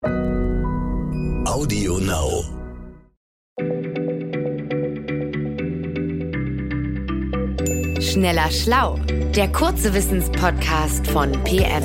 Audio Now. Schneller Schlau, der kurze Wissenspodcast von PM.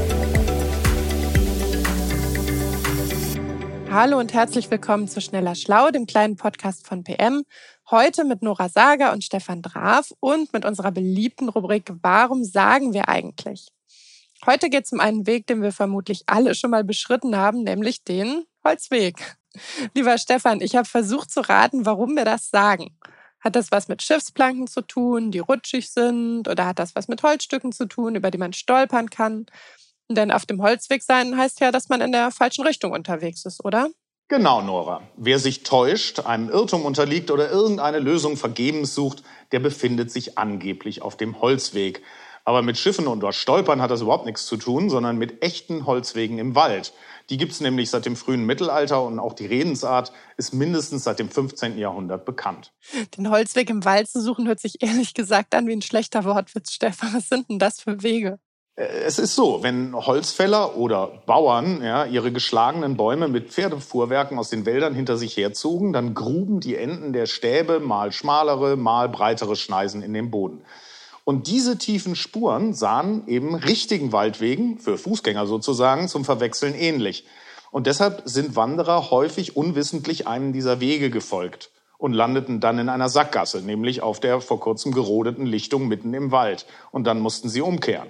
Hallo und herzlich willkommen zu Schneller Schlau, dem kleinen Podcast von PM. Heute mit Nora Sager und Stefan Draf und mit unserer beliebten Rubrik Warum sagen wir eigentlich? Heute geht es um einen Weg, den wir vermutlich alle schon mal beschritten haben, nämlich den Holzweg. Lieber Stefan, ich habe versucht zu raten, warum wir das sagen. Hat das was mit Schiffsplanken zu tun, die rutschig sind? Oder hat das was mit Holzstücken zu tun, über die man stolpern kann? Denn auf dem Holzweg sein heißt ja, dass man in der falschen Richtung unterwegs ist, oder? Genau, Nora. Wer sich täuscht, einem Irrtum unterliegt oder irgendeine Lösung vergebens sucht, der befindet sich angeblich auf dem Holzweg. Aber mit Schiffen und dort Stolpern hat das überhaupt nichts zu tun, sondern mit echten Holzwegen im Wald. Die gibt es nämlich seit dem frühen Mittelalter und auch die Redensart ist mindestens seit dem 15. Jahrhundert bekannt. Den Holzweg im Wald zu suchen, hört sich ehrlich gesagt an wie ein schlechter Wortwitz, Stefan. Was sind denn das für Wege? Es ist so, wenn Holzfäller oder Bauern ihre geschlagenen Bäume mit Pferdefuhrwerken aus den Wäldern hinter sich herzogen, dann gruben die Enden der Stäbe mal schmalere, mal breitere Schneisen in den Boden. Und diese tiefen Spuren sahen eben richtigen Waldwegen, für Fußgänger sozusagen, zum Verwechseln ähnlich. Und deshalb sind Wanderer häufig unwissentlich einem dieser Wege gefolgt und landeten dann in einer Sackgasse, nämlich auf der vor kurzem gerodeten Lichtung mitten im Wald. Und dann mussten sie umkehren.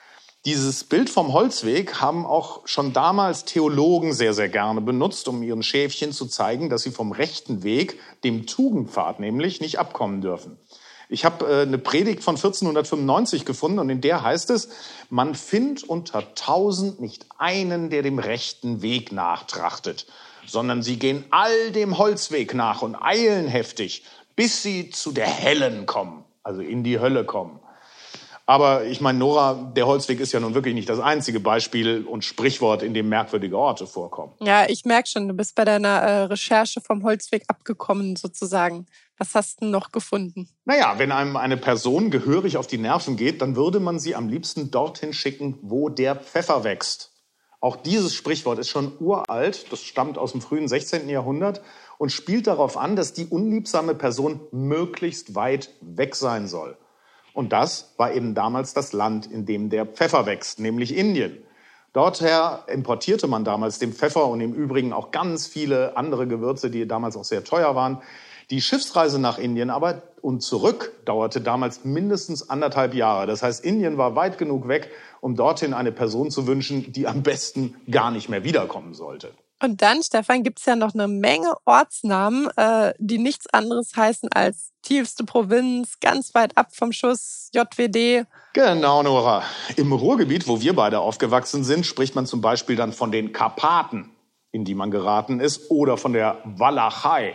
Dieses Bild vom Holzweg haben auch schon damals Theologen sehr, sehr gerne benutzt, um ihren Schäfchen zu zeigen, dass sie vom rechten Weg, dem Tugendpfad nämlich, nicht abkommen dürfen. Ich habe eine Predigt von 1495 gefunden und in der heißt es, man findet unter 1000 nicht einen, der dem rechten Weg nachtrachtet, sondern sie gehen all dem Holzweg nach und eilen heftig, bis sie zu der Hellen kommen, also in die Hölle kommen. Aber ich meine, Nora, der Holzweg ist ja nun wirklich nicht das einzige Beispiel und Sprichwort, in dem merkwürdige Orte vorkommen. Ja, ich merke schon, du bist bei deiner Recherche vom Holzweg abgekommen sozusagen. Was hast du noch gefunden? Naja, wenn einem eine Person gehörig auf die Nerven geht, dann würde man sie am liebsten dorthin schicken, wo der Pfeffer wächst. Auch dieses Sprichwort ist schon uralt, das stammt aus dem frühen 16. Jahrhundert und spielt darauf an, dass die unliebsame Person möglichst weit weg sein soll. Und das war eben damals das Land, in dem der Pfeffer wächst, nämlich Indien. Dorther importierte man damals den Pfeffer und im Übrigen auch ganz viele andere Gewürze, die damals auch sehr teuer waren. Die Schiffsreise nach Indien aber und zurück dauerte damals mindestens 1,5 Jahre. Das heißt, Indien war weit genug weg, um dorthin eine Person zu wünschen, die am besten gar nicht mehr wiederkommen sollte. Und dann, Stefan, gibt es ja noch eine Menge Ortsnamen, die nichts anderes heißen als tiefste Provinz, ganz weit ab vom Schuss, JWD. Genau, Nora. Im Ruhrgebiet, wo wir beide aufgewachsen sind, spricht man zum Beispiel dann von den Karpaten, in die man geraten ist, oder von der Walachei.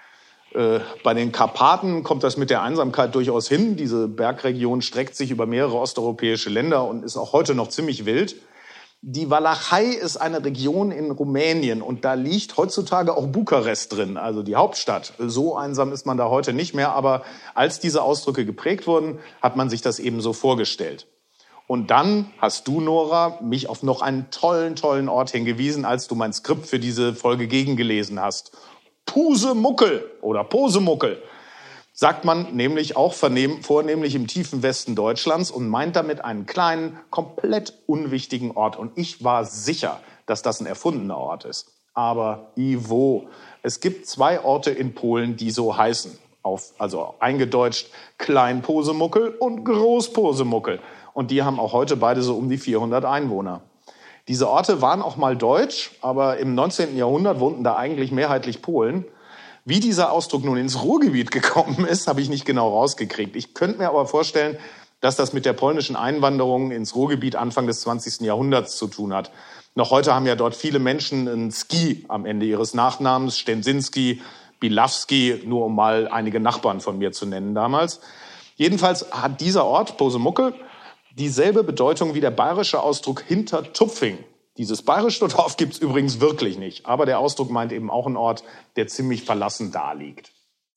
Bei den Karpaten kommt das mit der Einsamkeit durchaus hin. Diese Bergregion streckt sich über mehrere osteuropäische Länder und ist auch heute noch ziemlich wild. Die Walachei ist eine Region in Rumänien und da liegt heutzutage auch Bukarest drin, also die Hauptstadt. So einsam ist man da heute nicht mehr, aber als diese Ausdrücke geprägt wurden, hat man sich das eben so vorgestellt. Und dann hast du, Nora, mich auf noch einen tollen Ort hingewiesen, als du mein Skript für diese Folge gegengelesen hast. Pusemuckel oder Posemuckel sagt man nämlich auch vornehmlich im tiefen Westen Deutschlands und meint damit einen kleinen, komplett unwichtigen Ort. Und ich war sicher, dass das ein erfundener Ort ist. Aber Iwo, es gibt 2 Orte in Polen, die so heißen. Also eingedeutscht Klein Posemuckel und Groß Posemuckel. Und die haben auch heute beide so um die 400 Einwohner. Diese Orte waren auch mal deutsch, aber im 19. Jahrhundert wohnten da eigentlich mehrheitlich Polen. Wie dieser Ausdruck nun ins Ruhrgebiet gekommen ist, habe ich nicht genau rausgekriegt. Ich könnte mir aber vorstellen, dass das mit der polnischen Einwanderung ins Ruhrgebiet Anfang des 20. Jahrhunderts zu tun hat. Noch heute haben ja dort viele Menschen ein Ski am Ende ihres Nachnamens, Stensinski, Bilawski, nur um mal einige Nachbarn von mir zu nennen damals. Jedenfalls hat dieser Ort, Posemuckel, dieselbe Bedeutung wie der bayerische Ausdruck Hintertupfing. Dieses bayerische Dorf gibt es übrigens wirklich nicht. Aber der Ausdruck meint eben auch einen Ort, der ziemlich verlassen daliegt.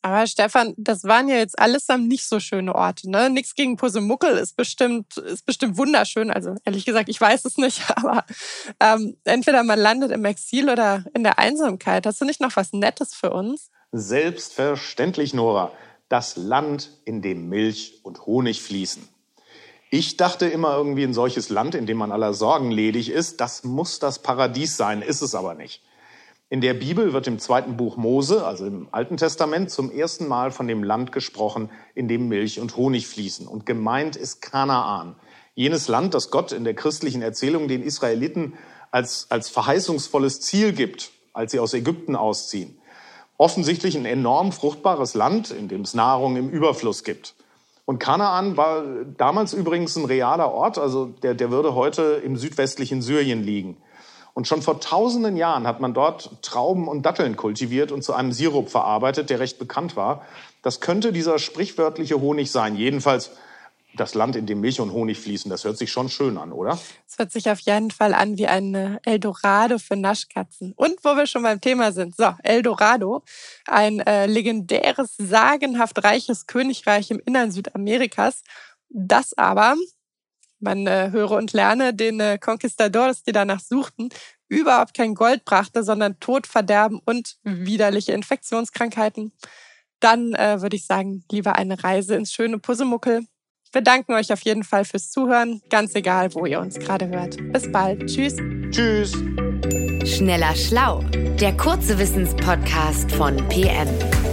Aber Stefan, das waren ja jetzt allesamt nicht so schöne Orte, ne? Nichts gegen Pusemuckel, ist bestimmt wunderschön. Also ehrlich gesagt, ich weiß es nicht, aber entweder man landet im Exil oder in der Einsamkeit. Hast du nicht noch was Nettes für uns? Selbstverständlich, Nora. Das Land, in dem Milch und Honig fließen. Ich dachte immer irgendwie, ein solches Land, in dem man aller Sorgen ledig ist, das muss das Paradies sein, ist es aber nicht. In der Bibel wird im 2. Buch Mose, also im Alten Testament, zum ersten Mal von dem Land gesprochen, in dem Milch und Honig fließen. Und gemeint ist Kanaan. Jenes Land, das Gott in der christlichen Erzählung den Israeliten als verheißungsvolles Ziel gibt, als sie aus Ägypten ausziehen. Offensichtlich ein enorm fruchtbares Land, in dem es Nahrung im Überfluss gibt. Und Kanaan war damals übrigens ein realer Ort, also der würde heute im südwestlichen Syrien liegen. Und schon vor tausenden Jahren hat man dort Trauben und Datteln kultiviert und zu einem Sirup verarbeitet, der recht bekannt war. Das könnte dieser sprichwörtliche Honig sein. Jedenfalls das Land, in dem Milch und Honig fließen. Das hört sich schon schön an, oder? Es hört sich auf jeden Fall an wie ein Eldorado für Naschkatzen. Und wo wir schon beim Thema sind, so, Eldorado, ein legendäres, sagenhaft reiches Königreich im Innern Südamerikas, das aber, man höre und lerne, den Conquistadores, die danach suchten, überhaupt kein Gold brachte, sondern Tod, Verderben und widerliche Infektionskrankheiten. Dann würde ich sagen, lieber eine Reise ins schöne Pusemuckel. Wir danken euch auf jeden Fall fürs Zuhören, ganz egal, wo ihr uns gerade hört. Bis bald. Tschüss. Tschüss. Schneller Schlau, der kurze Wissenspodcast von PM.